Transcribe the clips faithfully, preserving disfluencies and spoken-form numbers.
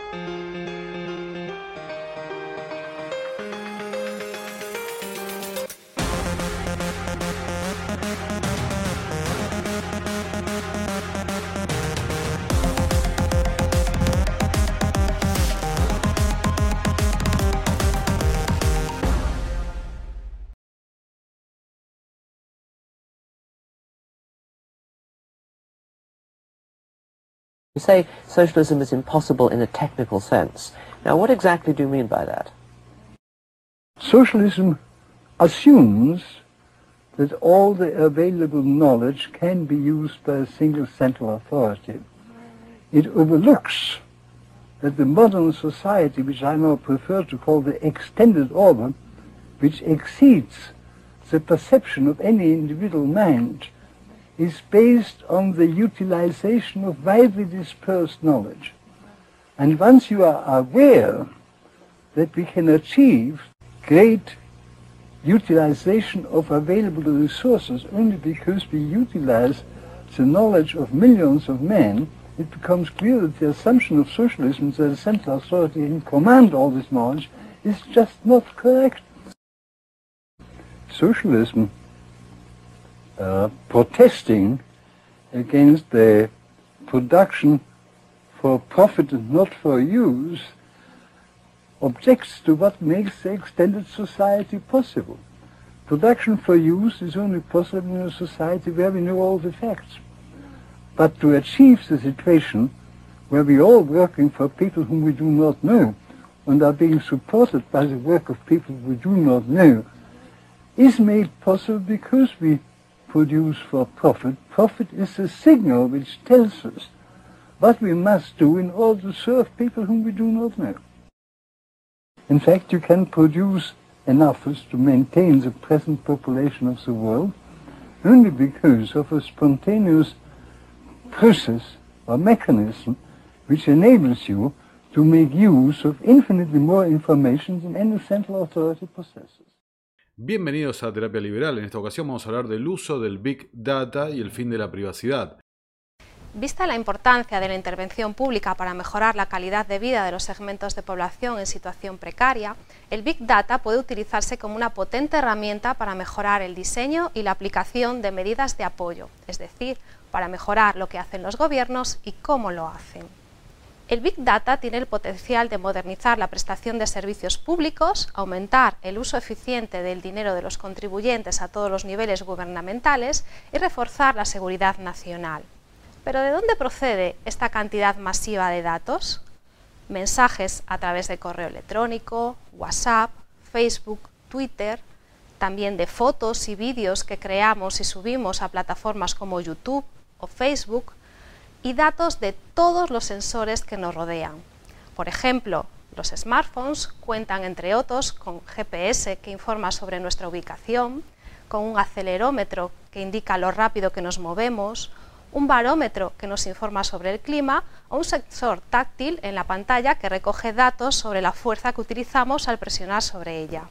You say socialism is impossible in a technical sense. Now, what exactly do you mean by that? Socialism assumes that all the available knowledge can be used by a single central authority. It overlooks that the modern society, which I now prefer to call the extended order, which exceeds the perception of any individual mind, is based on the utilization of widely dispersed knowledge. And once you are aware that we can achieve great utilization of available resources only because we utilize the knowledge of millions of men, it becomes clear that the assumption of socialism that a central authority can command all this knowledge is just not correct. Socialism Uh, protesting against the production for profit and not for use, objects to what makes the extended society possible. Production for use is only possible in a society where we know all the facts. But to achieve the situation where we are all working for people whom we do not know and are being supported by the work of people we do not know is made possible because we produce for profit. Profit is a signal which tells us what we must do in order to serve people whom we do not know. In fact, you can produce enough to maintain the present population of the world only because of a spontaneous process or mechanism which enables you to make use of infinitely more information than any central authority possesses. Bienvenidos a Terapia Liberal. En esta ocasión vamos a hablar del uso del Big Data y el fin de la privacidad. Vista la importancia de la intervención pública para mejorar la calidad de vida de los segmentos de población en situación precaria, el Big Data puede utilizarse como una potente herramienta para mejorar el diseño y la aplicación de medidas de apoyo, es decir, para mejorar lo que hacen los gobiernos y cómo lo hacen. El Big Data tiene el potencial de modernizar la prestación de servicios públicos, aumentar el uso eficiente del dinero de los contribuyentes a todos los niveles gubernamentales y reforzar la seguridad nacional. ¿Pero de dónde procede esta cantidad masiva de datos? Mensajes a través de correo electrónico, WhatsApp, Facebook, Twitter, también de fotos y vídeos que creamos y subimos a plataformas como YouTube o Facebook, y datos de todos los sensores que nos rodean. Por ejemplo, los smartphones cuentan, entre otros, con G P S que informa sobre nuestra ubicación, con un acelerómetro que indica lo rápido que nos movemos, un barómetro que nos informa sobre el clima o un sensor táctil en la pantalla que recoge datos sobre la fuerza que utilizamos al presionar sobre ella.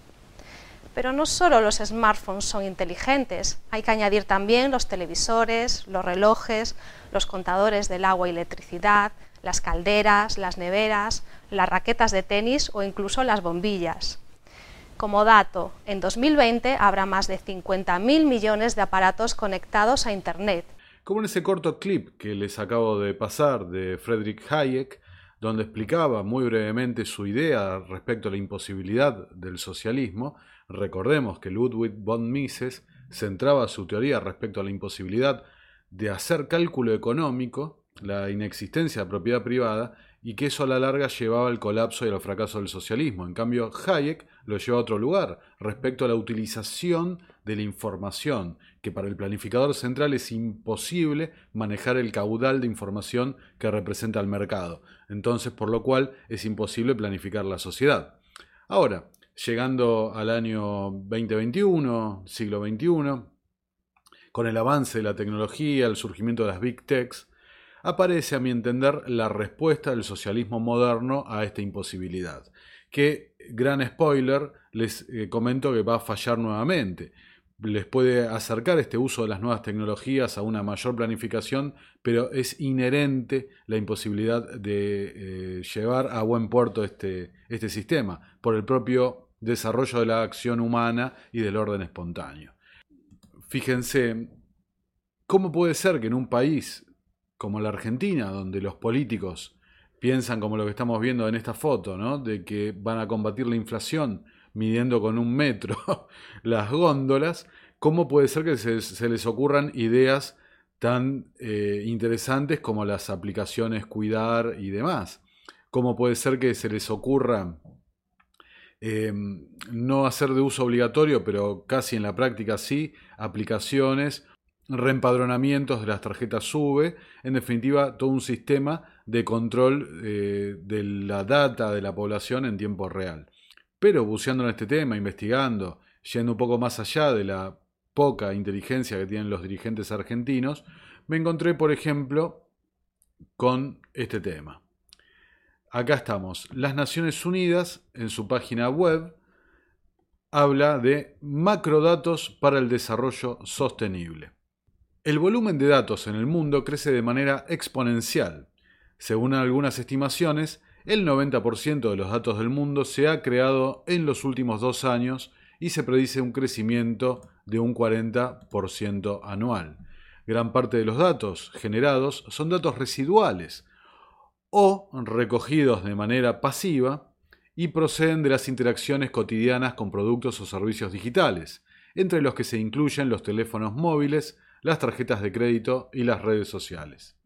Pero no solo los smartphones son inteligentes, hay que añadir también los televisores, los relojes, los contadores del agua y electricidad, las calderas, las neveras, las raquetas de tenis o incluso las bombillas. Como dato, en dos mil veinte habrá más de cincuenta mil millones de aparatos conectados a Internet. Como en ese corto clip que les acabo de pasar de Friedrich Hayek, donde explicaba muy brevemente su idea respecto a la imposibilidad del socialismo. Recordemos que Ludwig von Mises centraba su teoría respecto a la imposibilidad de hacer cálculo económico, la inexistencia de propiedad privada, y que eso a la larga llevaba al colapso y al fracaso del socialismo. En cambio, Hayek lo lleva a otro lugar, respecto a la utilización de la información, que para el planificador central es imposible manejar el caudal de información que representa el mercado. Entonces, por lo cual, es imposible planificar la sociedad. Ahora, llegando al año veinte veintiuno, siglo veintiuno, con el avance de la tecnología, el surgimiento de las Big Techs, aparece, a mi entender, la respuesta del socialismo moderno a esta imposibilidad. Que, gran spoiler, les eh, comento que va a fallar nuevamente. les puede acercar este uso de las nuevas tecnologías a una mayor planificación, pero es inherente la imposibilidad de eh, llevar a buen puerto este, este sistema por el propio desarrollo de la acción humana y del orden espontáneo. Fíjense, ¿cómo puede ser que en un país como la Argentina, donde los políticos piensan como lo que estamos viendo en esta foto, ¿no?, de que van a combatir la inflación midiendo con un metro las góndolas, ¿cómo puede ser que se, se les ocurran ideas tan eh, interesantes como las aplicaciones cuidar y demás? ¿Cómo puede ser que se les ocurra eh, no hacer de uso obligatorio, pero casi en la práctica sí, aplicaciones, reempadronamientos de las tarjetas SUBE, en definitiva todo un sistema de control eh, de la data de la población en tiempo real? Pero buceando en este tema, investigando, yendo un poco más allá de la poca inteligencia que tienen los dirigentes argentinos, me encontré, por ejemplo, con este tema. Acá estamos. Las Naciones Unidas, en su página web, habla de macrodatos para el desarrollo sostenible. El volumen de datos en el mundo crece de manera exponencial. Según algunas estimaciones, el noventa por ciento de los datos del mundo se ha creado en los últimos dos años y se predice un crecimiento de un cuarenta por ciento anual. Gran parte de los datos generados son datos residuales o recogidos de manera pasiva y proceden de las interacciones cotidianas con productos o servicios digitales, entre los que se incluyen los teléfonos móviles, las tarjetas de crédito y las redes sociales.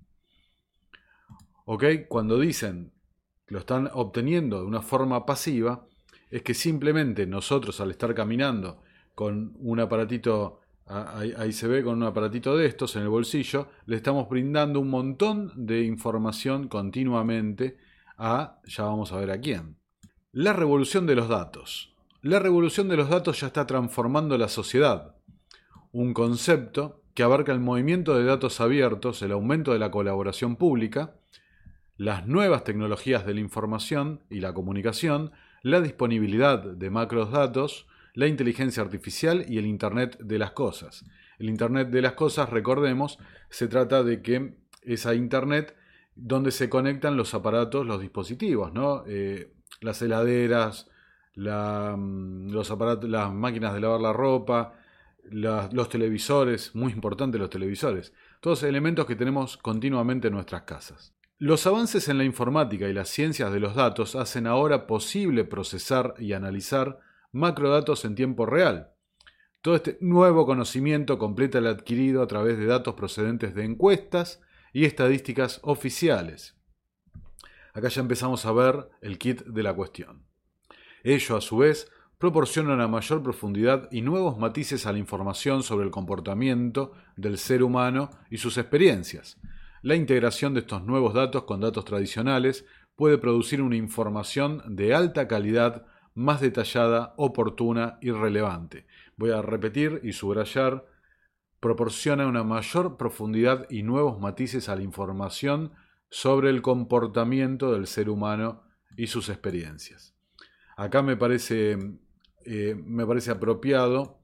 ¿Ok? Cuando dicen lo están obteniendo de una forma pasiva, es que simplemente nosotros, al estar caminando con un aparatito, ahí, ahí se ve, con un aparatito de estos en el bolsillo, le estamos brindando un montón de información continuamente a, ya vamos a ver a quién. La revolución de los datos. La revolución de los datos ya está transformando la sociedad. Un concepto que abarca el movimiento de datos abiertos, el aumento de la colaboración pública, las nuevas tecnologías de la información y la comunicación, la disponibilidad de macrodatos, la inteligencia artificial y el Internet de las cosas. El Internet de las cosas, recordemos, se trata de que es a Internet donde se conectan los aparatos, los dispositivos, ¿no? Eh, las heladeras, la, los aparatos, las máquinas de lavar la ropa, la, los televisores, muy importante los televisores, todos elementos que tenemos continuamente en nuestras casas. Los avances en la informática y las ciencias de los datos hacen ahora posible procesar y analizar macrodatos en tiempo real. Todo este nuevo conocimiento completa el adquirido a través de datos procedentes de encuestas y estadísticas oficiales. Acá ya empezamos a ver el kit de la cuestión. Ello, a su vez, proporciona una mayor profundidad y nuevos matices a la información sobre el comportamiento del ser humano y sus experiencias. La integración de estos nuevos datos con datos tradicionales puede producir una información de alta calidad, más detallada, oportuna y relevante. Voy a repetir y subrayar: proporciona una mayor profundidad y nuevos matices a la información sobre el comportamiento del ser humano y sus experiencias. Acá me parece, eh, me parece apropiado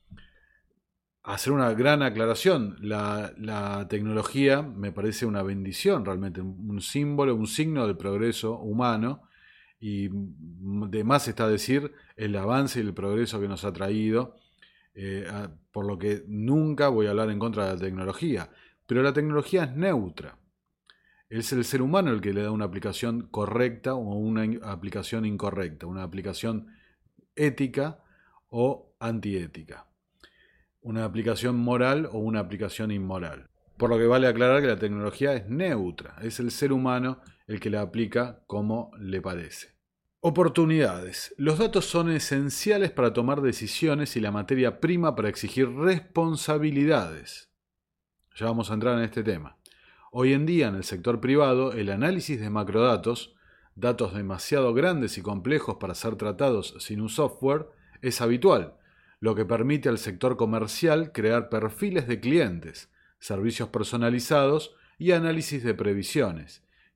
hacer una gran aclaración. La, la tecnología me parece una bendición realmente, un símbolo, un signo del progreso humano, y de más está decir el avance y el progreso que nos ha traído, eh, a, por lo que nunca voy a hablar en contra de la tecnología, pero la tecnología es neutra. Es el ser humano el que le da una aplicación correcta o una aplicación incorrecta, una aplicación ética o antiética, una aplicación moral o una aplicación inmoral. Por lo que vale aclarar que la tecnología es neutra, es el ser humano el que la aplica como le parece. Oportunidades. Los datos son esenciales para tomar decisiones y la materia prima para exigir responsabilidades. Ya vamos a entrar en este tema. Hoy en día en el sector privado el análisis de macrodatos, datos demasiado grandes y complejos para ser tratados sin un software, es habitual, lo que permite al sector comercial crear perfiles de clientes, servicios personalizados y análisis de previsiones,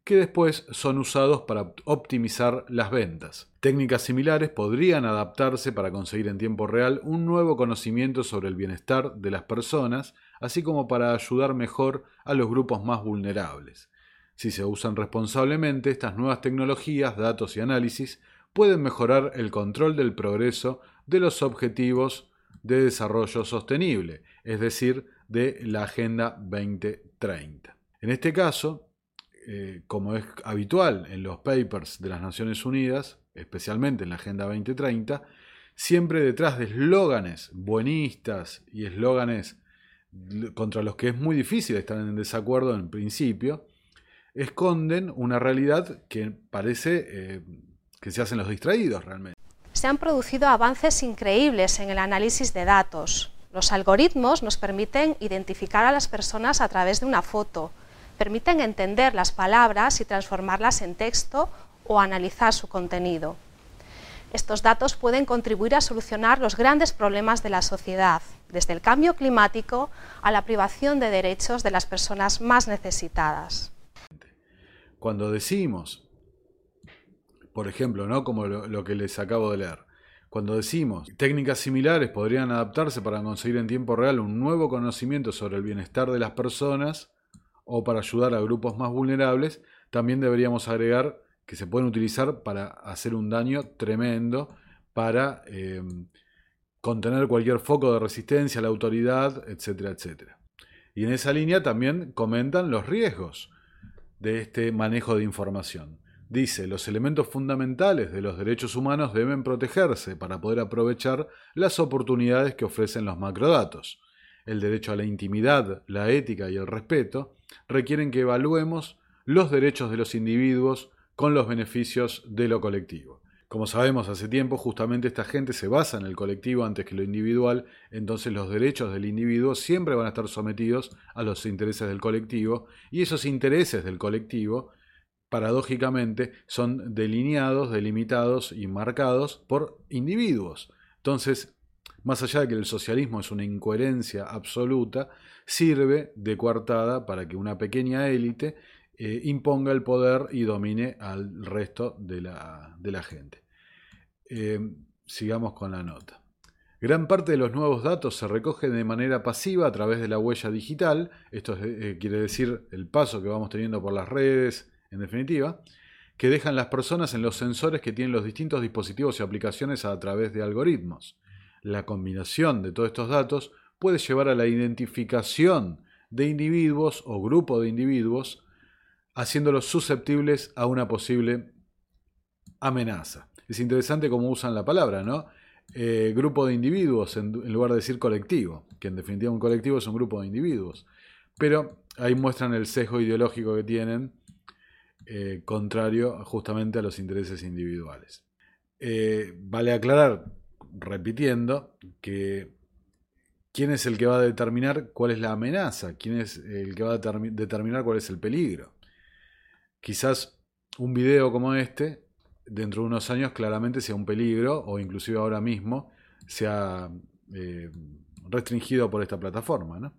que después son usados para optimizar las ventas. Técnicas similares podrían adaptarse para conseguir en tiempo real un nuevo conocimiento sobre el bienestar de las personas, así como para ayudar mejor a los grupos más vulnerables. Si se usan responsablemente, estas nuevas tecnologías, datos y análisis pueden mejorar el control del progreso de los objetivos de desarrollo sostenible, es decir, de la Agenda veinte treinta. En este caso, eh, como es habitual en los papers de las Naciones Unidas, especialmente en la Agenda veinte treinta, siempre detrás de eslóganes buenistas y eslóganes contra los que es muy difícil estar en desacuerdo en principio, esconden una realidad que parece eh, que se hacen los distraídos realmente. Se han producido avances increíbles en el análisis de datos. Los algoritmos nos permiten identificar a las personas a través de una foto, permiten entender las palabras y transformarlas en texto o analizar su contenido. Estos datos pueden contribuir a solucionar los grandes problemas de la sociedad, desde el cambio climático a la privación de derechos de las personas más necesitadas. Cuando decimos, por ejemplo, ¿no? como lo, lo que les acabo de leer, cuando decimos técnicas similares podrían adaptarse para conseguir en tiempo real un nuevo conocimiento sobre el bienestar de las personas o para ayudar a grupos más vulnerables, también deberíamos agregar que se pueden utilizar para hacer un daño tremendo, para eh, contener cualquier foco de resistencia a la autoridad, etcétera, etcétera. Y en esa línea también comentan los riesgos de este manejo de información. Dice, los elementos fundamentales de los derechos humanos deben protegerse para poder aprovechar las oportunidades que ofrecen los macrodatos. El derecho a la intimidad, la ética y el respeto requieren que evaluemos los derechos de los individuos con los beneficios de lo colectivo. Como sabemos hace tiempo, justamente esta gente se basa en el colectivo antes que lo individual, entonces los derechos del individuo siempre van a estar sometidos a los intereses del colectivo, y esos intereses del colectivo, paradójicamente, son delineados, delimitados y marcados por individuos. Entonces, más allá de que el socialismo es una incoherencia absoluta, sirve de coartada para que una pequeña élite eh, imponga el poder y domine al resto de la, de la gente. Eh, sigamos con la nota. Gran parte de los nuevos datos se recogen de manera pasiva a través de la huella digital. Esto eh, quiere decir el paso que vamos teniendo por las redes, en definitiva, que dejan las personas en los sensores que tienen los distintos dispositivos y aplicaciones a través de algoritmos. La combinación de todos estos datos puede llevar a la identificación de individuos o grupo de individuos, haciéndolos susceptibles a una posible amenaza. Es interesante cómo usan la palabra, ¿no? Eh, grupo de individuos en, en lugar de decir colectivo, que en definitiva un colectivo es un grupo de individuos. Pero ahí muestran el sesgo ideológico que tienen, eh, contrario justamente a los intereses individuales. Eh, vale aclarar, repitiendo, que quién es el que va a determinar cuál es la amenaza, quién es el que va a determinar cuál es el peligro. Quizás un video como este, dentro de unos años, claramente sea un peligro, o inclusive ahora mismo sea eh, restringido por esta plataforma, ¿no?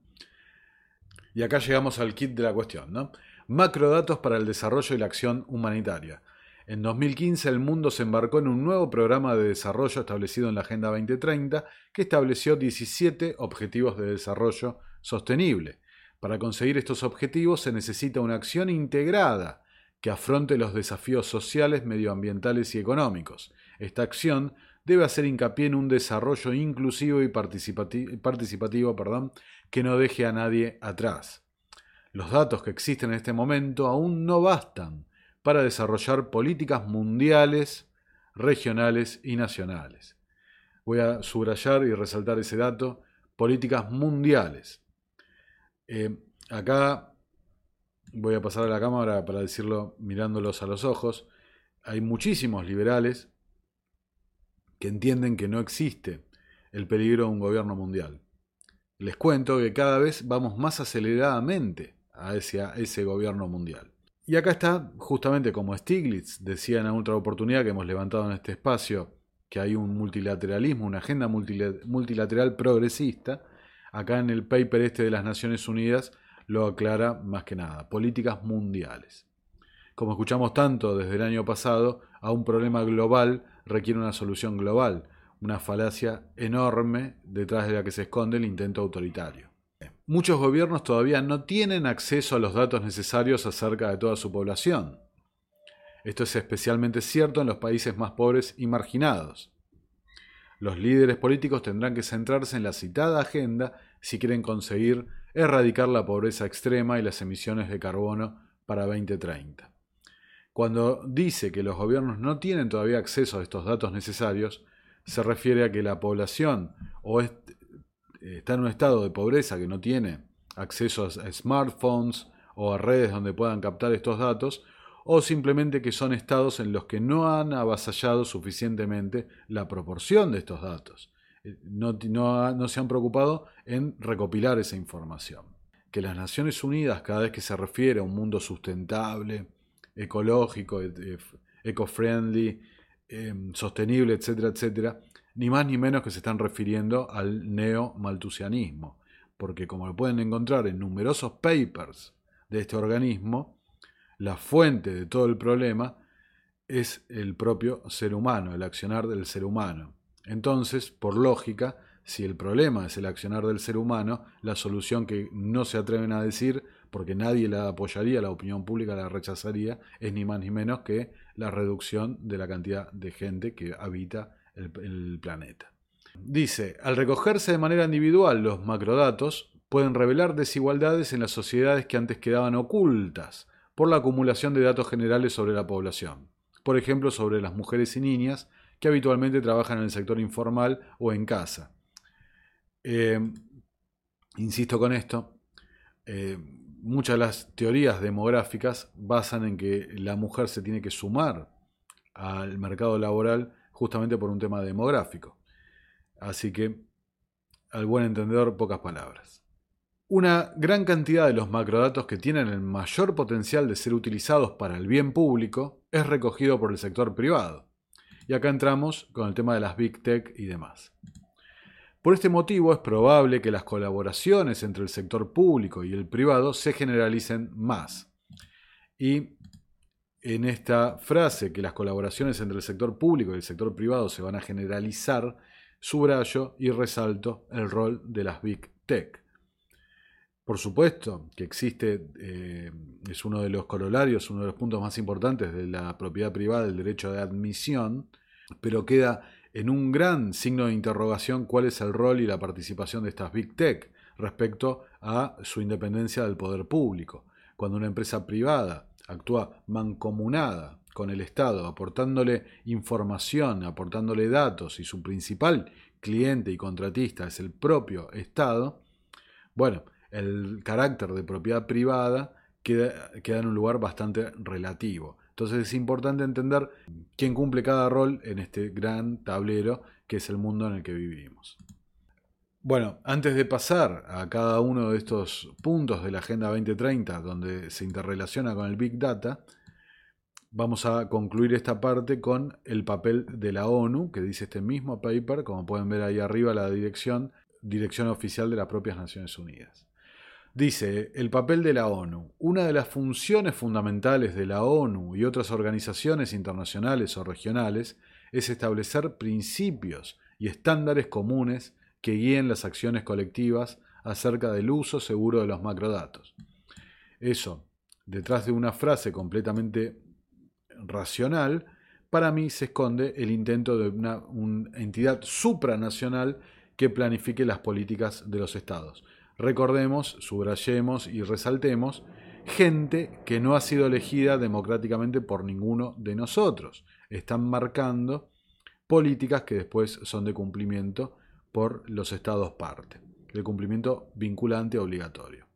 Y acá llegamos al kit de la cuestión, ¿no? Macrodatos para el desarrollo y la acción humanitaria. En dos mil quince el mundo se embarcó en un nuevo programa de desarrollo establecido en la Agenda veinte treinta que estableció diecisiete objetivos de desarrollo sostenible. Para conseguir estos objetivos se necesita una acción integrada que afronte los desafíos sociales, medioambientales y económicos. Esta acción debe hacer hincapié en un desarrollo inclusivo y participativo, participativo perdón, que no deje a nadie atrás. Los datos que existen en este momento aún no bastan para desarrollar políticas mundiales, regionales y nacionales. Voy a subrayar y resaltar ese dato, políticas mundiales. Eh, acá voy a pasar a la cámara para decirlo mirándolos a los ojos. Hay muchísimos liberales que entienden que no existe el peligro de un gobierno mundial. Les cuento que cada vez vamos más aceleradamente hacia ese gobierno mundial. Y acá está, justamente como Stiglitz decía en otra oportunidad que hemos levantado en este espacio, que hay un multilateralismo, una agenda multilateral progresista. Acá en el paper este de las Naciones Unidas lo aclara más que nada, políticas mundiales. Como escuchamos tanto desde el año pasado, a un problema global requiere una solución global, una falacia enorme detrás de la que se esconde el intento autoritario. Muchos gobiernos todavía no tienen acceso a los datos necesarios acerca de toda su población. Esto es especialmente cierto en los países más pobres y marginados. Los líderes políticos tendrán que centrarse en la citada agenda si quieren conseguir erradicar la pobreza extrema y las emisiones de carbono para veinte treinta. Cuando dice que los gobiernos no tienen todavía acceso a estos datos necesarios, se refiere a que la población o es, está en un estado de pobreza que no tiene acceso a smartphones o a redes donde puedan captar estos datos, o simplemente que son estados en los que no han avasallado suficientemente la proporción de estos datos. No, no, no se han preocupado en recopilar esa información. Que las Naciones Unidas, cada vez que se refiere a un mundo sustentable, ecológico, eco-friendly, eh, sostenible, etcétera, etcétera, ni más ni menos que se están refiriendo al neo-malthusianismo, porque como lo pueden encontrar en numerosos papers de este organismo, la fuente de todo el problema es el propio ser humano, el accionar del ser humano. Entonces, por lógica, si el problema es el accionar del ser humano, la solución que no se atreven a decir, porque nadie la apoyaría, la opinión pública la rechazaría, es ni más ni menos que la reducción de la cantidad de gente que habita el, el planeta. Dice, al recogerse de manera individual los macrodatos, pueden revelar desigualdades en las sociedades que antes quedaban ocultas por la acumulación de datos generales sobre la población. Por ejemplo, sobre las mujeres y niñas que habitualmente trabajan en el sector informal o en casa. Eh, insisto con esto, eh, muchas de las teorías demográficas basan en que la mujer se tiene que sumar al mercado laboral justamente por un tema demográfico. Así que, al buen entendedor, pocas palabras. Una gran cantidad de los macrodatos que tienen el mayor potencial de ser utilizados para el bien público es recogido por el sector privado. Y acá entramos con el tema de las Big Tech y demás. Por este motivo es probable que las colaboraciones entre el sector público y el privado se generalicen más. Y en esta frase, que las colaboraciones entre el sector público y el sector privado se van a generalizar, subrayo y resalto el rol de las Big Tech. Por supuesto que existe, eh, es uno de los corolarios, uno de los puntos más importantes de la propiedad privada, el derecho de admisión, pero queda en un gran signo de interrogación cuál es el rol y la participación de estas Big Tech respecto a su independencia del poder público. Cuando una empresa privada actúa mancomunada con el Estado, aportándole información, aportándole datos, y su principal cliente y contratista es el propio Estado, bueno, el carácter de propiedad privada queda, queda en un lugar bastante relativo. Entonces es importante entender quién cumple cada rol en este gran tablero que es el mundo en el que vivimos. Bueno, antes de pasar a cada uno de estos puntos de la Agenda veinte treinta, donde se interrelaciona con el Big Data, vamos a concluir esta parte con el papel de la ONU, que dice este mismo paper, como pueden ver ahí arriba la dirección, dirección oficial de las propias Naciones Unidas. Dice, el papel de la ONU. Una de las funciones fundamentales de la ONU y otras organizaciones internacionales o regionales es establecer principios y estándares comunes que guíen las acciones colectivas acerca del uso seguro de los macrodatos. Eso, detrás de una frase completamente racional, para mí se esconde el intento de una, una entidad supranacional que planifique las políticas de los estados. Recordemos, subrayemos y resaltemos, gente que no ha sido elegida democráticamente por ninguno de nosotros. Están marcando políticas que después son de cumplimiento por los estados parte, de cumplimiento vinculante obligatorio.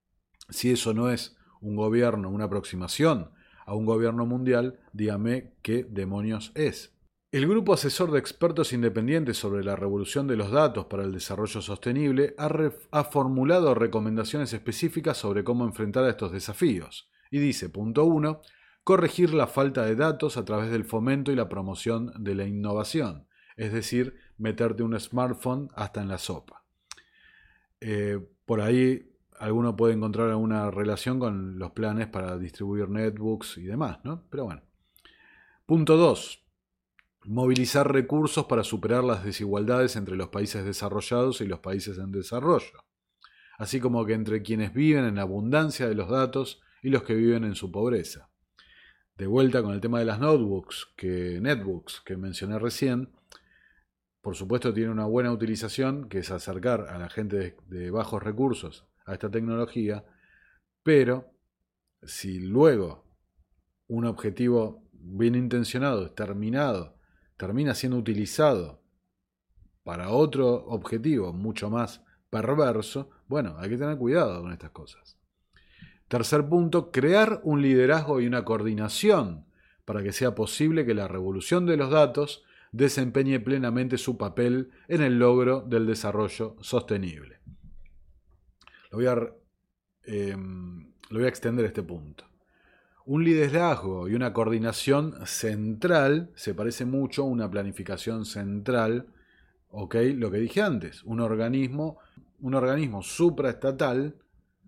Si eso no es un gobierno, una aproximación a un gobierno mundial, dígame qué demonios es. El Grupo Asesor de Expertos Independientes sobre la Revolución de los Datos para el Desarrollo Sostenible ha, ha formulado recomendaciones específicas sobre cómo enfrentar a estos desafíos. Y dice, punto uno, corregir la falta de datos a través del fomento y la promoción de la innovación, es decir, meterte un smartphone hasta en la sopa. Eh, por ahí alguno puede encontrar alguna relación con los planes para distribuir netbooks y demás, ¿no? Pero bueno. Punto dos. Movilizar recursos para superar las desigualdades entre los países desarrollados y los países en desarrollo, así como que entre quienes viven en abundancia de los datos y los que viven en su pobreza. De vuelta con el tema de las notebooks, que, netbooks, que mencioné recién, por supuesto tiene una buena utilización, que es acercar a la gente de, de bajos recursos a esta tecnología, pero si luego un objetivo bien intencionado, determinado, termina siendo utilizado para otro objetivo mucho más perverso, bueno, hay que tener cuidado con estas cosas. Tercer punto, crear un liderazgo y una coordinación para que sea posible que la revolución de los datos desempeñe plenamente su papel en el logro del desarrollo sostenible. Lo voy a, eh, lo voy a extender este punto. Un liderazgo y una coordinación central se parece mucho a una planificación central, ¿ok? Lo que dije antes, un organismo, un organismo supraestatal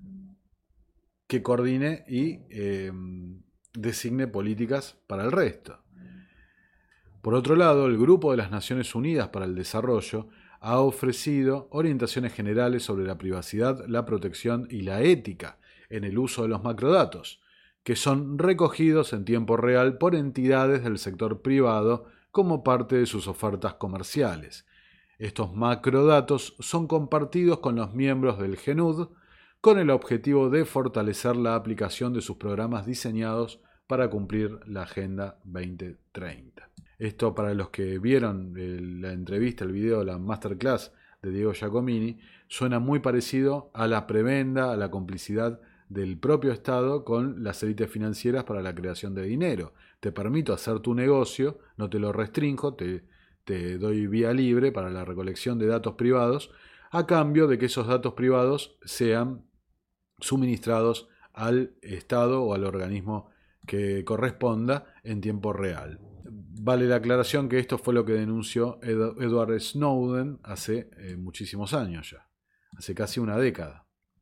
que coordine y eh, designe políticas para el resto. Por otro lado, el Grupo de las Naciones Unidas para el Desarrollo ha ofrecido orientaciones generales sobre la privacidad, la protección y la ética en el uso de los macrodatos, que son recogidos en tiempo real por entidades del sector privado como parte de sus ofertas comerciales. Estos macrodatos son compartidos con los miembros del G N U D con el objetivo de fortalecer la aplicación de sus programas diseñados para cumplir la Agenda veinte treinta. Esto, para los que vieron la entrevista, el video, la masterclass de Diego Giacomini, suena muy parecido a la prebenda, a la complicidad del propio Estado con las élites financieras para la creación de dinero. Te permito hacer tu negocio, no te lo restrinjo, te, te doy vía libre para la recolección de datos privados, a cambio de que esos datos privados sean suministrados al Estado o al organismo que corresponda en tiempo real. Vale la aclaración que esto fue lo que denunció Ed- Edward Snowden hace eh, muchísimos años ya, hace casi una década.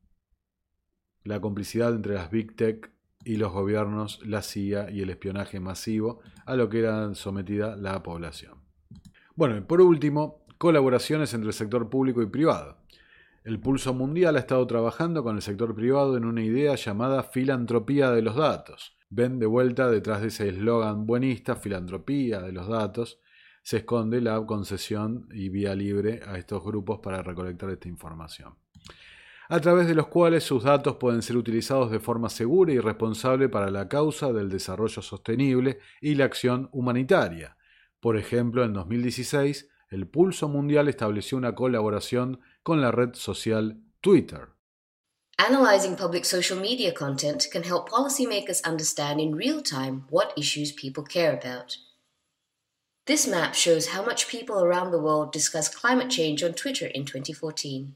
La complicidad entre las Big Tech y los gobiernos, la C I A y el espionaje masivo a lo que era sometida la población. Bueno, y por último, colaboraciones entre el sector público y privado. El Pulso Mundial ha estado trabajando con el sector privado en una idea llamada filantropía de los datos. Ven, de vuelta, detrás de ese eslogan buenista, filantropía de los datos, se esconde la concesión y vía libre a estos grupos para recolectar esta información, a través de los cuales sus datos pueden ser utilizados de forma segura y responsable para la causa del desarrollo sostenible y la acción humanitaria. Por ejemplo, en dos mil dieciséis, el Pulso Mundial estableció una colaboración con la red social Twitter. Analyzing public social media content can help policymakers understand in real time what issues people care about. This map shows how much people around the world discuss climate change on Twitter in twenty fourteen.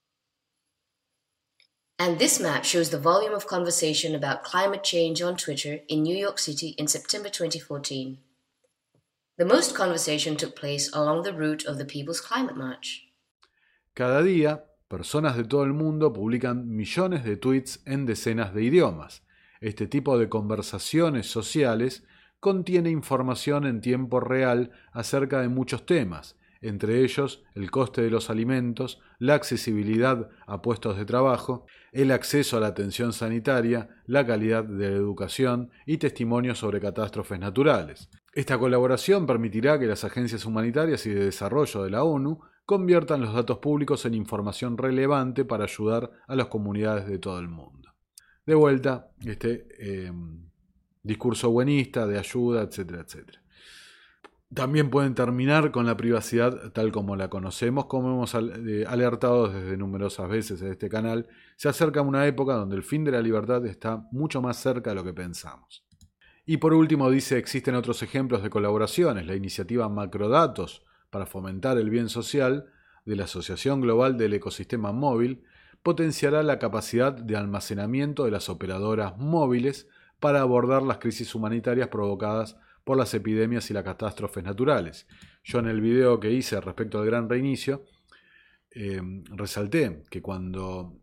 And this map shows the volume of conversation about climate change on Twitter in New York City in September twenty fourteen. The most conversation took place along the route of the People's Climate March. Cada día, personas de todo el mundo publican millones de tweets en decenas de idiomas. Este tipo de conversaciones sociales contiene información en tiempo real acerca de muchos temas, entre ellos el coste de los alimentos, la accesibilidad a puestos de trabajo, el acceso a la atención sanitaria, la calidad de la educación y testimonios sobre catástrofes naturales. Esta colaboración permitirá que las agencias humanitarias y de desarrollo de la ONU conviertan los datos públicos en información relevante para ayudar a las comunidades de todo el mundo. De vuelta, este eh, discurso buenista, de ayuda, etcétera, etcétera. También pueden terminar con la privacidad tal como la conocemos, como hemos alertado desde numerosas veces en este canal. Se acerca una época donde el fin de la libertad está mucho más cerca de lo que pensamos. Y por último dice, existen otros ejemplos de colaboraciones. La iniciativa Macrodatos para fomentar el bien social de la Asociación Global del Ecosistema Móvil potenciará la capacidad de almacenamiento de las operadoras móviles para abordar las crisis humanitarias provocadas por las epidemias y las catástrofes naturales. Yo en el video que hice respecto al gran reinicio, eh, resalté que cuando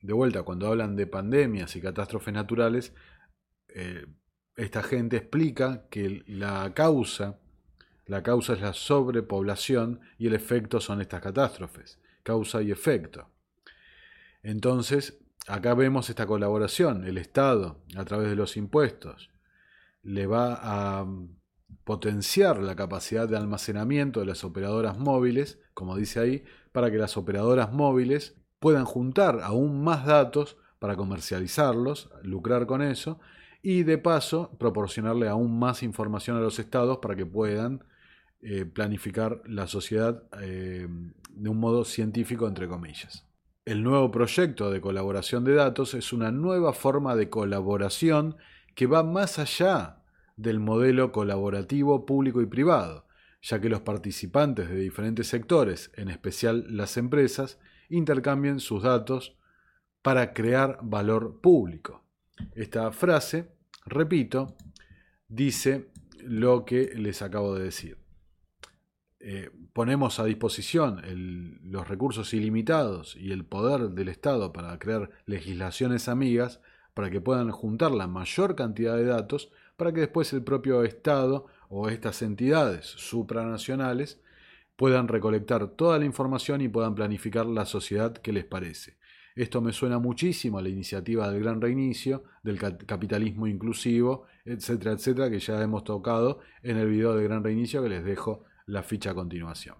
de vuelta, cuando hablan de pandemias y catástrofes naturales, eh, esta gente explica que la causa, la causa es la sobrepoblación y el efecto son estas catástrofes, causa y efecto. Entonces, acá vemos esta colaboración, el Estado, a través de los impuestos, le va a potenciar la capacidad de almacenamiento de las operadoras móviles, como dice ahí, para que las operadoras móviles puedan juntar aún más datos para comercializarlos, lucrar con eso, y de paso proporcionarle aún más información a los estados para que puedan eh, planificar la sociedad eh, de un modo científico, entre comillas. El nuevo proyecto de colaboración de datos es una nueva forma de colaboración que va más allá del modelo colaborativo público y privado, ya que los participantes de diferentes sectores, en especial las empresas, intercambian sus datos para crear valor público. Esta frase, repito, dice lo que les acabo de decir. Eh, ponemos a disposición el, los recursos ilimitados y el poder del Estado para crear legislaciones amigas para que puedan juntar la mayor cantidad de datos para que después el propio Estado o estas entidades supranacionales puedan recolectar toda la información y puedan planificar la sociedad que les parece. Esto me suena muchísimo a la iniciativa del Gran Reinicio, del capitalismo inclusivo, etcétera, etcétera, que ya hemos tocado en el video del Gran Reinicio, que les dejo la ficha a continuación.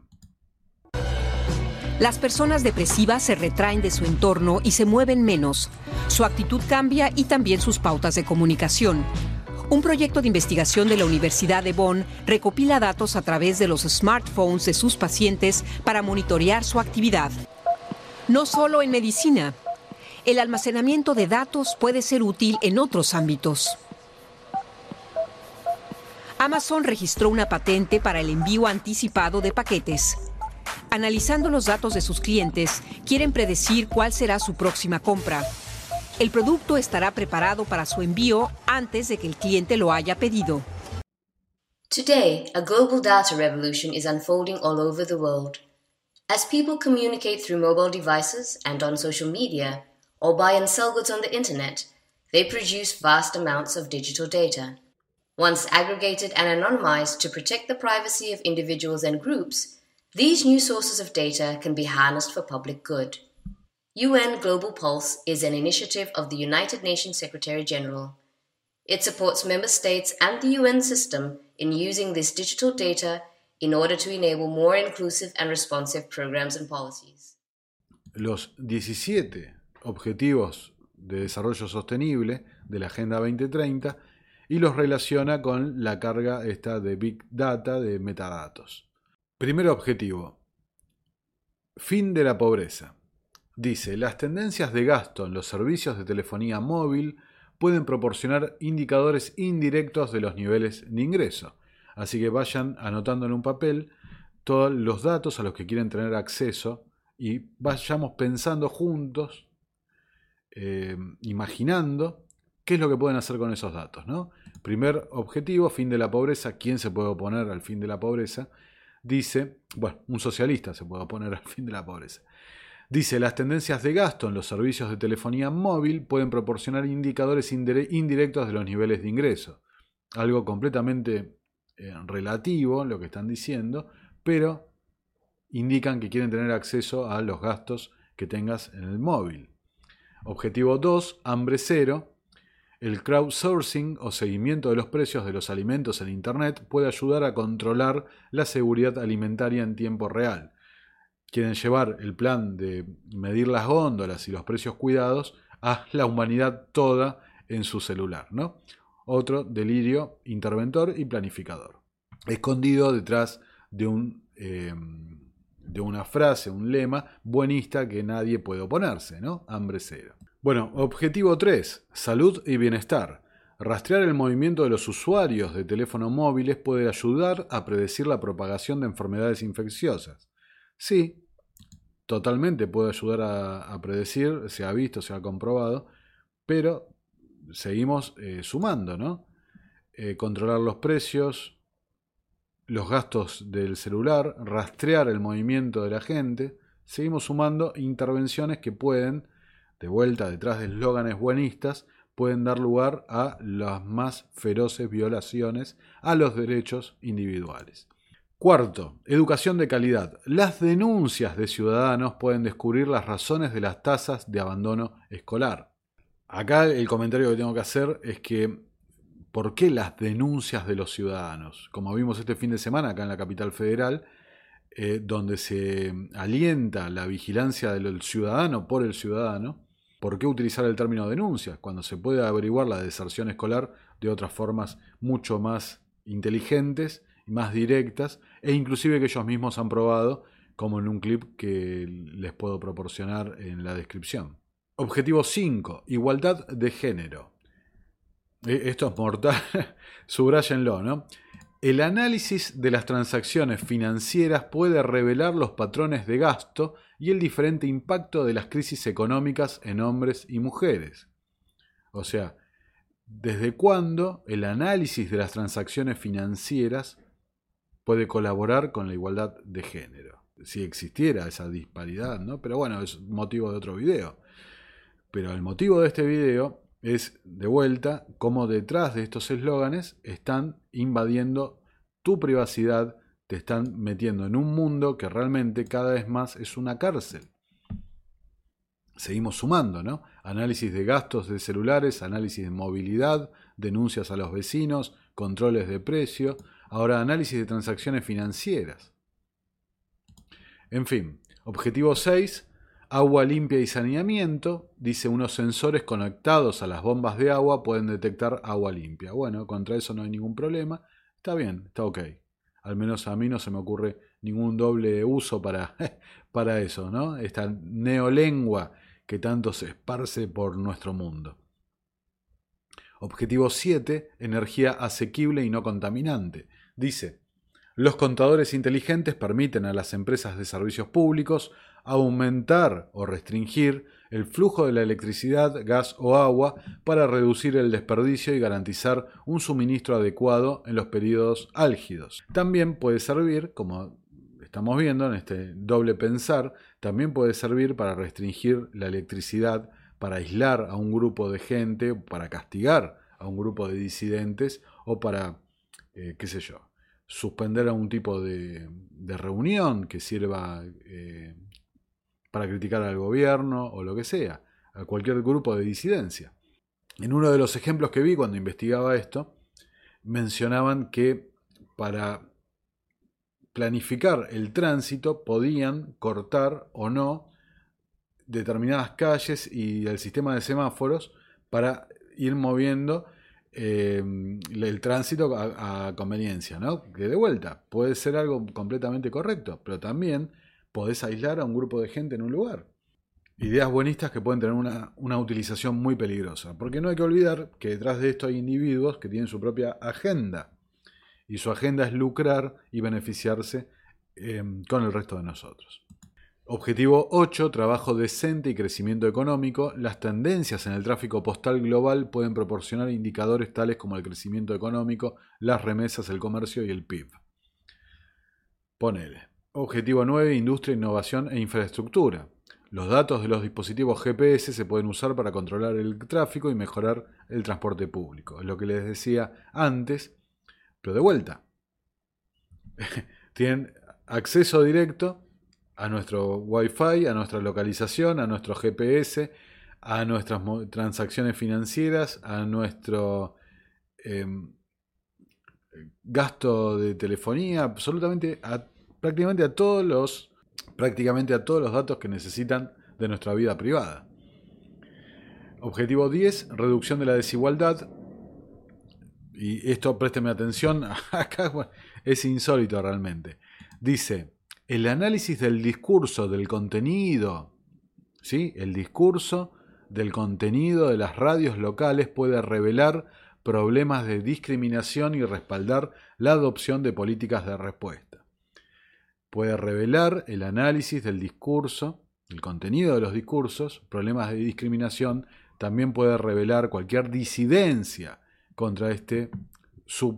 Las personas depresivas se retraen de su entorno y se mueven menos. Su actitud cambia y también sus pautas de comunicación. Un proyecto de investigación de la Universidad de Bonn recopila datos a través de los smartphones de sus pacientes para monitorear su actividad. No solo en medicina. El almacenamiento de datos puede ser útil en otros ámbitos. Amazon registró una patente para el envío anticipado de paquetes. Analizando los datos de sus clientes, quieren predecir cuál será su próxima compra. El producto estará preparado para su envío antes de que el cliente lo haya pedido. Today, a global data revolution is unfolding all over the world. As people communicate through mobile devices and on social media, or buy and sell goods on the internet, they produce vast amounts of digital data. Once aggregated and anonymized to protect the privacy of individuals and groups, these new sources of data can be harnessed for public good. U N Global Pulse is an initiative of the United Nations Secretary-General. It supports member states and the U N system in using this digital data in order to enable more inclusive and responsive programs and policies. Los diecisiete Objetivos de Desarrollo Sostenible de la Agenda veinte treinta y los relaciona con la carga esta de Big Data, de metadatos. Primer objetivo, fin de la pobreza. Dice, las tendencias de gasto en los servicios de telefonía móvil pueden proporcionar indicadores indirectos de los niveles de ingreso. Así que vayan anotando en un papel todos los datos a los que quieren tener acceso y vayamos pensando juntos, eh, imaginando qué es lo que pueden hacer con esos datos, ¿no? Primer objetivo, fin de la pobreza. ¿Quién se puede oponer al fin de la pobreza? Dice, bueno, un socialista se puede oponer al fin de la pobreza. Dice, las tendencias de gasto en los servicios de telefonía móvil pueden proporcionar indicadores indirectos de los niveles de ingreso. Algo completamente eh, relativo, lo que están diciendo, pero indican que quieren tener acceso a los gastos que tengas en el móvil. Objetivo dos, hambre cero. El crowdsourcing o seguimiento de los precios de los alimentos en Internet puede ayudar a controlar la seguridad alimentaria en tiempo real. Quieren llevar el plan de medir las góndolas y los precios cuidados a la humanidad toda en su celular, ¿no? Otro delirio interventor y planificador, escondido detrás de, un, eh, de una frase, un lema buenista que nadie puede oponerse, ¿no? Hambre cero. Bueno, objetivo tres, salud y bienestar. Rastrear el movimiento de los usuarios de teléfonos móviles puede ayudar a predecir la propagación de enfermedades infecciosas. Sí, totalmente puede ayudar a, a predecir, se ha visto, se ha comprobado, pero seguimos eh, sumando, ¿no? Eh, controlar los precios, los gastos del celular, rastrear el movimiento de la gente, seguimos sumando intervenciones que pueden de vuelta, detrás de eslóganes buenistas, pueden dar lugar a las más feroces violaciones a los derechos individuales. Cuarto, educación de calidad. Las denuncias de ciudadanos pueden descubrir las razones de las tasas de abandono escolar. Acá el comentario que tengo que hacer es que ¿por qué las denuncias de los ciudadanos? Como vimos este fin de semana acá en la capital federal, eh, donde se alienta la vigilancia del ciudadano por el ciudadano, ¿por qué utilizar el término denuncias cuando se puede averiguar la deserción escolar de otras formas mucho más inteligentes y más directas, e inclusive que ellos mismos han probado, como en un clip que les puedo proporcionar en la descripción? Objetivo cinco. Igualdad de género. Esto es mortal, subrayenlo, ¿no? El análisis de las transacciones financieras puede revelar los patrones de gasto y el diferente impacto de las crisis económicas en hombres y mujeres. O sea, ¿desde cuándo el análisis de las transacciones financieras puede colaborar con la igualdad de género? Si existiera esa disparidad, ¿no? Pero bueno, es motivo de otro video. Pero el motivo de este video es, de vuelta, cómo detrás de estos eslóganes están invadiendo tu privacidad, te están metiendo en un mundo que realmente cada vez más es una cárcel. Seguimos sumando, ¿no? Análisis de gastos de celulares, análisis de movilidad, denuncias a los vecinos, controles de precio, ahora análisis de transacciones financieras. En fin, objetivo seis, agua limpia y saneamiento. Dice, unos sensores conectados a las bombas de agua pueden detectar agua limpia. Bueno, contra eso no hay ningún problema. Está bien, está ok. Al menos a mí no se me ocurre ningún doble uso para, para eso, ¿no? Esta neolengua que tanto se esparce por nuestro mundo. Objetivo siete, energía asequible y no contaminante. Dice, los contadores inteligentes permiten a las empresas de servicios públicos aumentar o restringir el flujo de la electricidad, gas o agua para reducir el desperdicio y garantizar un suministro adecuado en los periodos álgidos. También puede servir, como estamos viendo en este doble pensar, también puede servir para restringir la electricidad, para aislar a un grupo de gente, para castigar a un grupo de disidentes o para, eh, qué sé yo, suspender algún tipo de, de reunión que sirva eh, para criticar al gobierno o lo que sea, a cualquier grupo de disidencia. En uno de los ejemplos que vi cuando investigaba esto, mencionaban que para planificar el tránsito podían cortar o no determinadas calles y el sistema de semáforos para ir moviendo eh, el tránsito a, a conveniencia, ¿no? Que de vuelta puede ser algo completamente correcto, pero también podés aislar a un grupo de gente en un lugar. Ideas buenistas que pueden tener una, una utilización muy peligrosa, porque no hay que olvidar que detrás de esto hay individuos que tienen su propia agenda, y su agenda es lucrar y beneficiarse eh, con el resto de nosotros. Objetivo ocho, trabajo decente y crecimiento económico. Las tendencias en el tráfico postal global pueden proporcionar indicadores tales como el crecimiento económico, las remesas, el comercio y el P I B. Ponele. Objetivo nueve, industria, innovación e infraestructura. Los datos de los dispositivos G P S se pueden usar para controlar el tráfico y mejorar el transporte público. Es lo que les decía antes, pero de vuelta. Tienen acceso directo a nuestro Wi-Fi, a nuestra localización, a nuestro G P S, a nuestras transacciones financieras, a nuestro eh, gasto de telefonía, absolutamente a, prácticamente a todos los prácticamente a todos los datos que necesitan de nuestra vida privada. Objetivo diez, reducción de la desigualdad. Y esto, présteme atención, acá bueno, es insólito realmente. Dice, el análisis del discurso, del contenido, ¿sí? El discurso del contenido de las radios locales puede revelar problemas de discriminación y respaldar la adopción de políticas de respuesta. Puede revelar el análisis del discurso, el contenido de los discursos, problemas de discriminación, también puede revelar cualquier disidencia contra este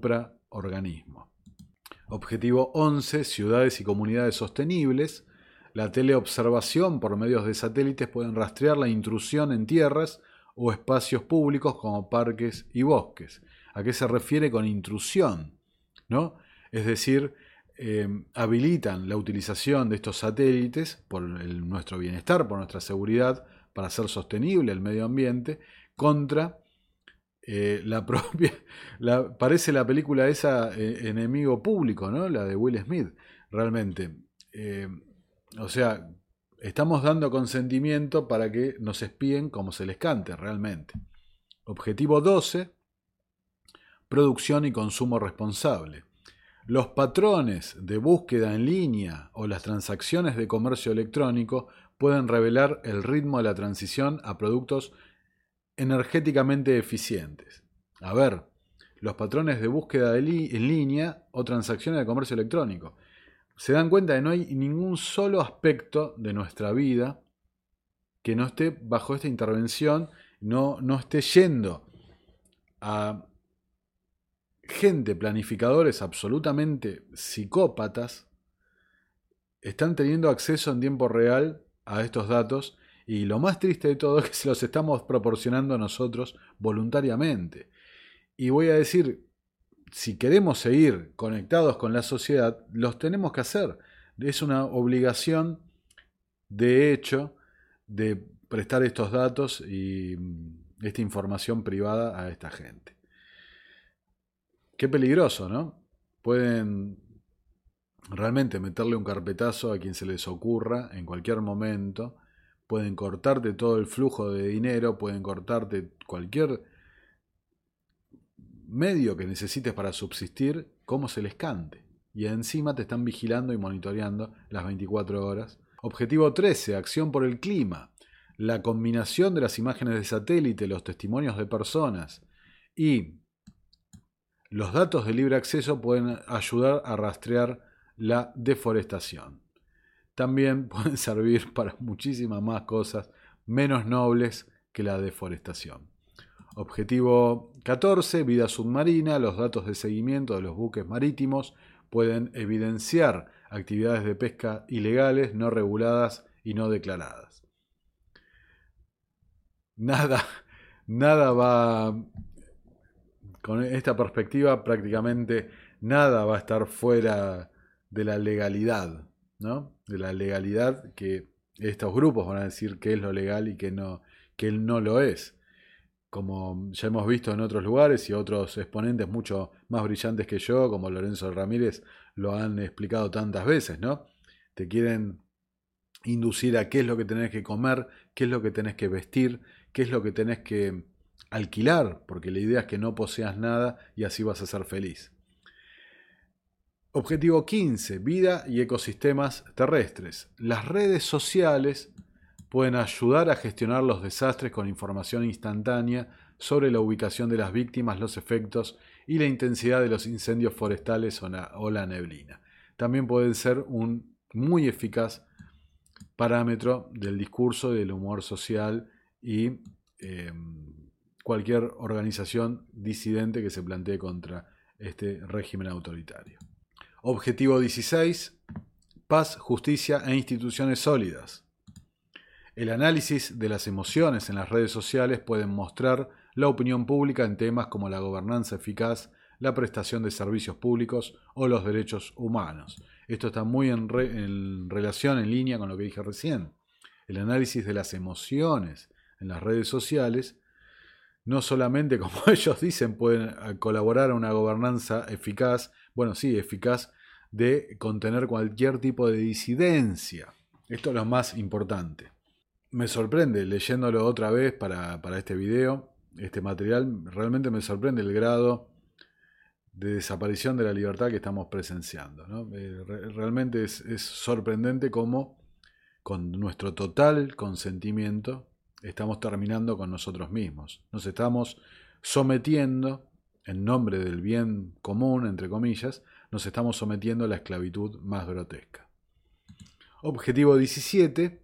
supraorganismo. Objetivo once, ciudades y comunidades sostenibles. La teleobservación por medios de satélites pueden rastrear la intrusión en tierras o espacios públicos como parques y bosques. ¿A qué se refiere con intrusión? ¿No? Es decir, eh, habilitan la utilización de estos satélites por el, nuestro bienestar, por nuestra seguridad, para hacer sostenible el medio ambiente, contra eh, la propia... La, parece la película esa, eh, Enemigo Público, ¿no? La de Will Smith, realmente. Eh, o sea, estamos dando consentimiento para que nos espíen como se les cante, realmente. Objetivo doce. Producción y consumo responsable. Los patrones de búsqueda en línea o las transacciones de comercio electrónico pueden revelar el ritmo de la transición a productos energéticamente eficientes. A ver, los patrones de búsqueda en línea o transacciones de comercio electrónico. Se dan cuenta que no hay ningún solo aspecto de nuestra vida que no esté bajo esta intervención, no, no esté yendo a gente, planificadores absolutamente psicópatas, están teniendo acceso en tiempo real a estos datos, y lo más triste de todo es que se los estamos proporcionando nosotros voluntariamente. Y voy a decir, si queremos seguir conectados con la sociedad, los tenemos que hacer. Es una obligación, de hecho, de prestar estos datos y esta información privada a esta gente. Qué peligroso, ¿no? Pueden realmente meterle un carpetazo a quien se les ocurra en cualquier momento. Pueden cortarte todo el flujo de dinero, pueden cortarte cualquier medio que necesites para subsistir, como se les cante. Y encima te están vigilando y monitoreando las veinticuatro horas. Objetivo trece. Acción por el clima. La combinación de las imágenes de satélite, los testimonios de personas y los datos de libre acceso pueden ayudar a rastrear la deforestación. También pueden servir para muchísimas más cosas menos nobles que la deforestación. Objetivo catorce. Vida submarina. Los datos de seguimiento de los buques marítimos pueden evidenciar actividades de pesca ilegales, no reguladas y no declaradas. Nada, nada va... Con esta perspectiva, prácticamente nada va a estar fuera de la legalidad, ¿no? De la legalidad, que estos grupos van a decir que es lo legal y que no, que no lo es. Como ya hemos visto en otros lugares y otros exponentes mucho más brillantes que yo, como Lorenzo Ramírez, lo han explicado tantas veces, ¿no? Te quieren inducir a qué es lo que tenés que comer, qué es lo que tenés que vestir, qué es lo que tenés que alquilar, porque la idea es que no poseas nada y así vas a ser feliz. Objetivo quince. Vida y ecosistemas terrestres. Las redes sociales pueden ayudar a gestionar los desastres con información instantánea sobre la ubicación de las víctimas, los efectos y la intensidad de los incendios forestales o la, o la neblina. También pueden ser un muy eficaz parámetro del discurso y del humor social y eh, cualquier organización disidente que se plantee contra este régimen autoritario. Objetivo dieciséis. Paz, justicia e instituciones sólidas. El análisis de las emociones en las redes sociales pueden mostrar la opinión pública en temas como la gobernanza eficaz, la prestación de servicios públicos o los derechos humanos. Esto está muy en, re, en relación, en línea con lo que dije recién. El análisis de las emociones en las redes sociales, no solamente, como ellos dicen, pueden colaborar a una gobernanza eficaz, bueno, sí, eficaz, de contener cualquier tipo de disidencia. Esto es lo más importante. Me sorprende, leyéndolo otra vez para, para este video, este material, realmente me sorprende el grado de desaparición de la libertad que estamos presenciando, ¿no? Eh, re, realmente es, es sorprendente cómo, con nuestro total consentimiento, estamos terminando con nosotros mismos. Nos estamos sometiendo, en nombre del bien común, entre comillas, nos estamos sometiendo a la esclavitud más grotesca. Objetivo diecisiete.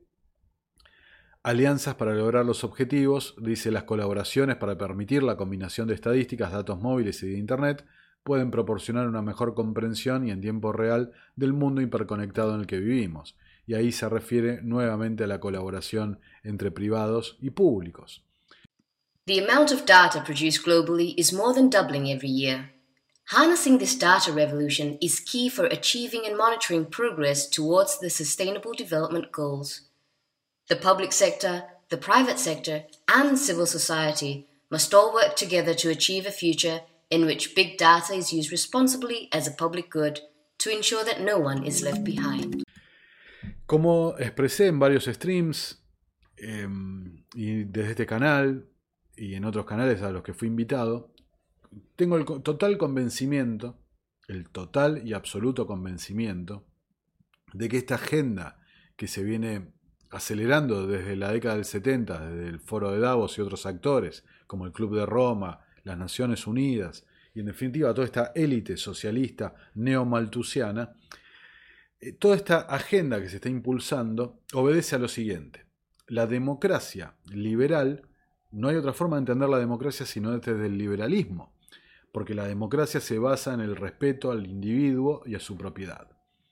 Alianzas para lograr los objetivos. Dice, las colaboraciones para permitir la combinación de estadísticas, datos móviles y de Internet pueden proporcionar una mejor comprensión y en tiempo real del mundo hiperconectado en el que vivimos. y ahí se refiere nuevamente a la colaboración entre privados y públicos. The amount of data produced globally is more than doubling every year. Harnessing this data revolution is key for achieving and monitoring progress towards the Sustainable Development Goals. The public sector, the private sector, and civil society must all work together to achieve a future in which big data is used responsibly as a public good to ensure that no one is left behind. Como expresé en varios streams eh, y desde este canal y en otros canales a los que fui invitado, tengo el total convencimiento, el total y absoluto convencimiento de que esta agenda que se viene acelerando desde la década del setenta, desde el Foro de Davos y otros actores, como el Club de Roma, las Naciones Unidas, y en definitiva toda esta élite socialista neomalthusiana, eh, toda esta agenda que se está impulsando obedece a lo siguiente. La democracia liberal, no hay otra forma de entender la democracia sino desde el liberalismo, porque la democracia se basa en el respeto al individuo y a su propiedad.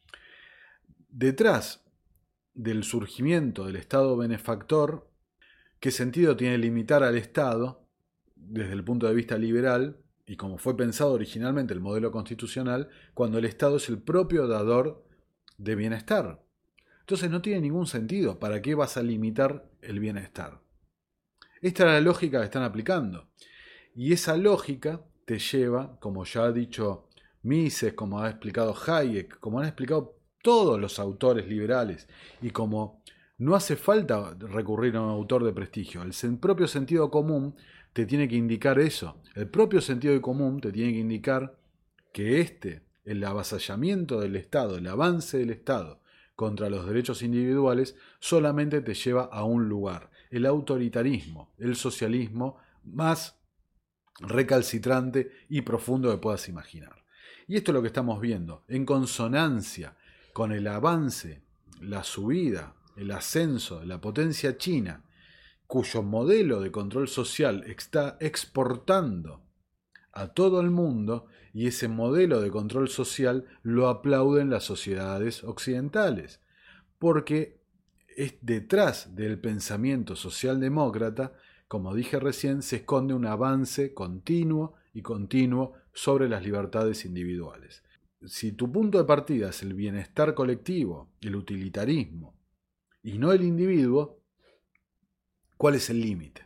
Detrás del surgimiento del Estado benefactor, ¿qué sentido tiene limitar al Estado desde el punto de vista liberal y como fue pensado originalmente el modelo constitucional, cuando el Estado es el propio dador de bienestar? Entonces no tiene ningún sentido. ¿Para qué vas a limitar el bienestar? Esta es la lógica que están aplicando. Y esa lógica te lleva, como ya ha dicho Mises, como ha explicado Hayek, como han explicado todos los autores liberales, y como no hace falta recurrir a un autor de prestigio, el propio sentido común te tiene que indicar eso. El propio sentido común te tiene que indicar que este, el avasallamiento del Estado, el avance del Estado contra los derechos individuales, solamente te lleva a un lugar: el autoritarismo, el socialismo más recalcitrante y profundo que puedas imaginar. Y esto es lo que estamos viendo, en consonancia con el avance, la subida, el ascenso de la potencia china, cuyo modelo de control social está exportando a todo el mundo, y ese modelo de control social lo aplauden las sociedades occidentales, porque es detrás del pensamiento socialdemócrata, como dije recién, se esconde un avance continuo y continuo sobre las libertades individuales. Si tu punto de partida es el bienestar colectivo, el utilitarismo, y no el individuo, ¿cuál es el límite?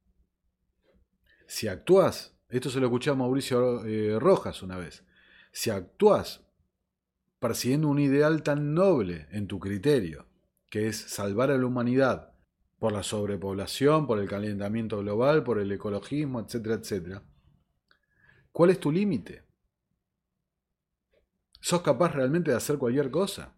Si actúas, esto se lo escuché a Mauricio eh, Rojas una vez, si actúas persiguiendo un ideal tan noble en tu criterio, que es salvar a la humanidad por la sobrepoblación, por el calentamiento global, por el ecologismo, etcétera, etcétera, ¿cuál es tu límite? ¿Sos capaz realmente de hacer cualquier cosa?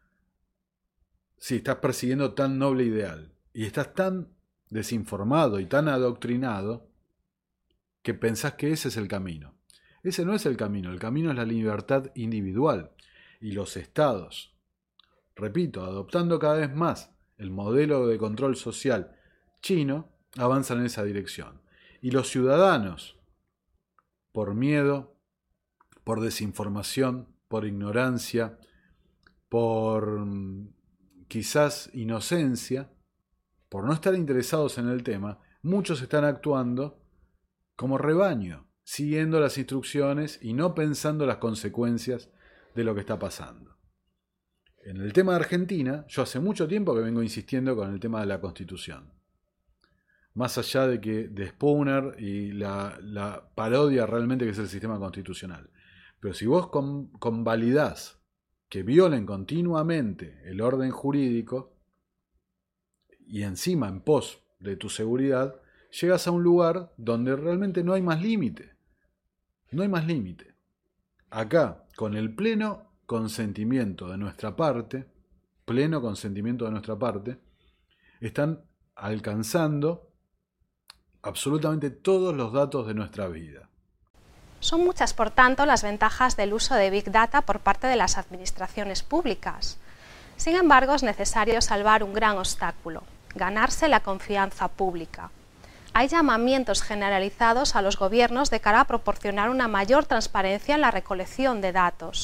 Si estás persiguiendo tan noble ideal y estás tan desinformado y tan adoctrinado que pensás que ese es el camino. Ese no es el camino, el camino es la libertad individual. Y los estados, repito, adoptando cada vez más el modelo de control social chino, avanzan en esa dirección. Y los ciudadanos, por miedo, por desinformación, por ignorancia, por quizás inocencia, por no estar interesados en el tema, muchos están actuando como rebaño, siguiendo las instrucciones y no pensando las consecuencias de lo que está pasando. En el tema de Argentina, yo hace mucho tiempo que vengo insistiendo con el tema de la Constitución. Más allá de que de Spooner y la, la parodia realmente que es el sistema constitucional. Pero si vos con, convalidás que violen continuamente el orden jurídico y encima en pos de tu seguridad, llegas a un lugar donde realmente no hay más límite. No hay más límite. Acá, con el pleno consentimiento de nuestra parte, pleno consentimiento de nuestra parte, están alcanzando absolutamente todos los datos de nuestra vida. Son muchas, por tanto, las ventajas del uso de Big Data por parte de las administraciones públicas. Sin embargo, es necesario salvar un gran obstáculo: ganarse la confianza pública. Hay llamamientos generalizados a los gobiernos de cara a proporcionar una mayor transparencia en la recolección de datos.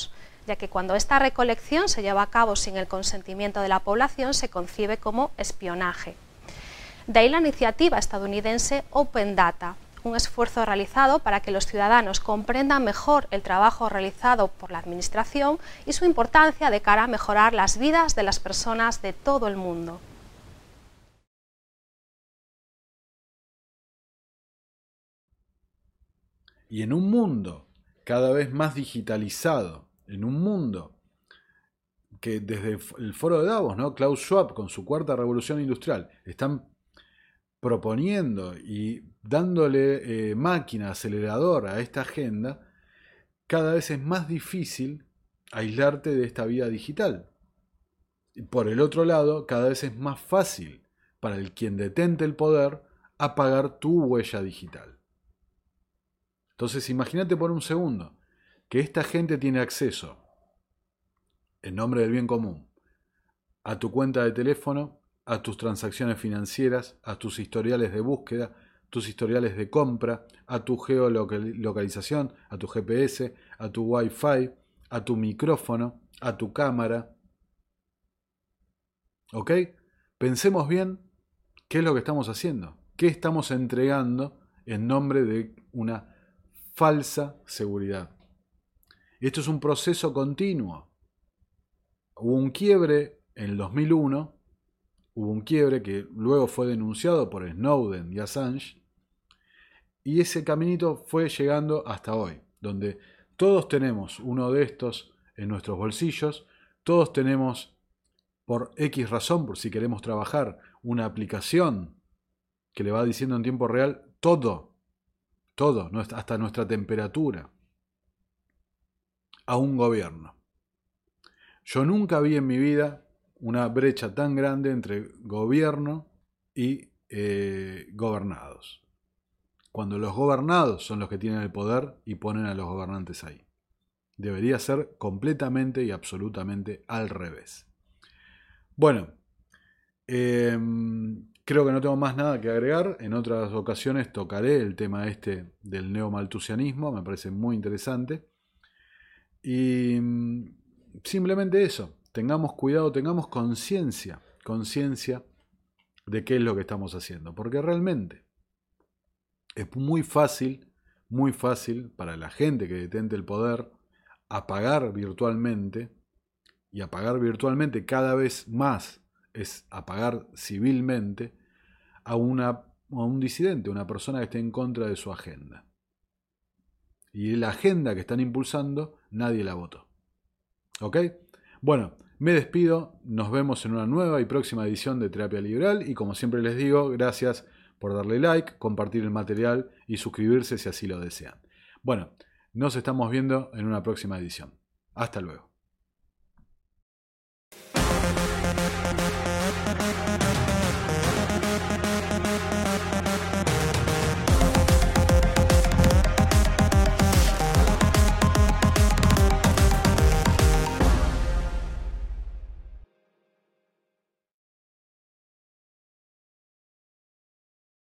ya que cuando esta recolección se lleva a cabo sin el consentimiento de la población se concibe como espionaje. De ahí la iniciativa estadounidense Open Data, un esfuerzo realizado para que los ciudadanos comprendan mejor el trabajo realizado por la Administración y su importancia de cara a mejorar las vidas de las personas de todo el mundo. Y en un mundo cada vez más digitalizado, en un mundo que desde el foro de Davos, ¿no? Klaus Schwab con su cuarta revolución industrial están proponiendo y dándole eh, máquina acelerador a esta agenda, cada vez es más difícil aislarte de esta vida digital. Y por el otro lado, cada vez es más fácil para el quien detente el poder apagar tu huella digital. Entonces imagínate por un segundo que esta gente tiene acceso, en nombre del bien común, a tu cuenta de teléfono, a tus transacciones financieras, a tus historiales de búsqueda, tus historiales de compra, a tu geolocalización, a tu G P S, a tu Wi-Fi, a tu micrófono, a tu cámara. ¿Ok? Pensemos bien qué es lo que estamos haciendo, qué estamos entregando en nombre de una falsa seguridad. Esto es un proceso continuo. Hubo un quiebre en el dos mil uno, hubo un quiebre que luego fue denunciado por Snowden y Assange, y ese caminito fue llegando hasta hoy, donde todos tenemos uno de estos en nuestros bolsillos, todos tenemos, por X razón, por si queremos trabajar, una aplicación que le va diciendo en tiempo real todo, todo, hasta nuestra temperatura, a un gobierno. Yo nunca vi en mi vida una brecha tan grande entre gobierno y eh, gobernados. Cuando los gobernados son los que tienen el poder y ponen a los gobernantes ahí. Debería ser completamente y absolutamente al revés. Bueno, eh, creo que no tengo más nada que agregar. En otras ocasiones tocaré el tema este del neomalthusianismo, me parece muy interesante. Y simplemente eso, tengamos cuidado, tengamos conciencia, conciencia de qué es lo que estamos haciendo. Porque realmente es muy fácil, muy fácil para la gente que detente el poder apagar virtualmente, y apagar virtualmente cada vez más es apagar civilmente a, una, a un disidente, una persona que esté en contra de su agenda. Y la agenda que están impulsando, nadie la votó. ¿Ok? Bueno, me despido, nos vemos en una nueva y próxima edición de Terapia Liberal, y como siempre les digo, gracias por darle like, compartir el material y suscribirse si así lo desean. Bueno, nos estamos viendo en una próxima edición. Hasta luego.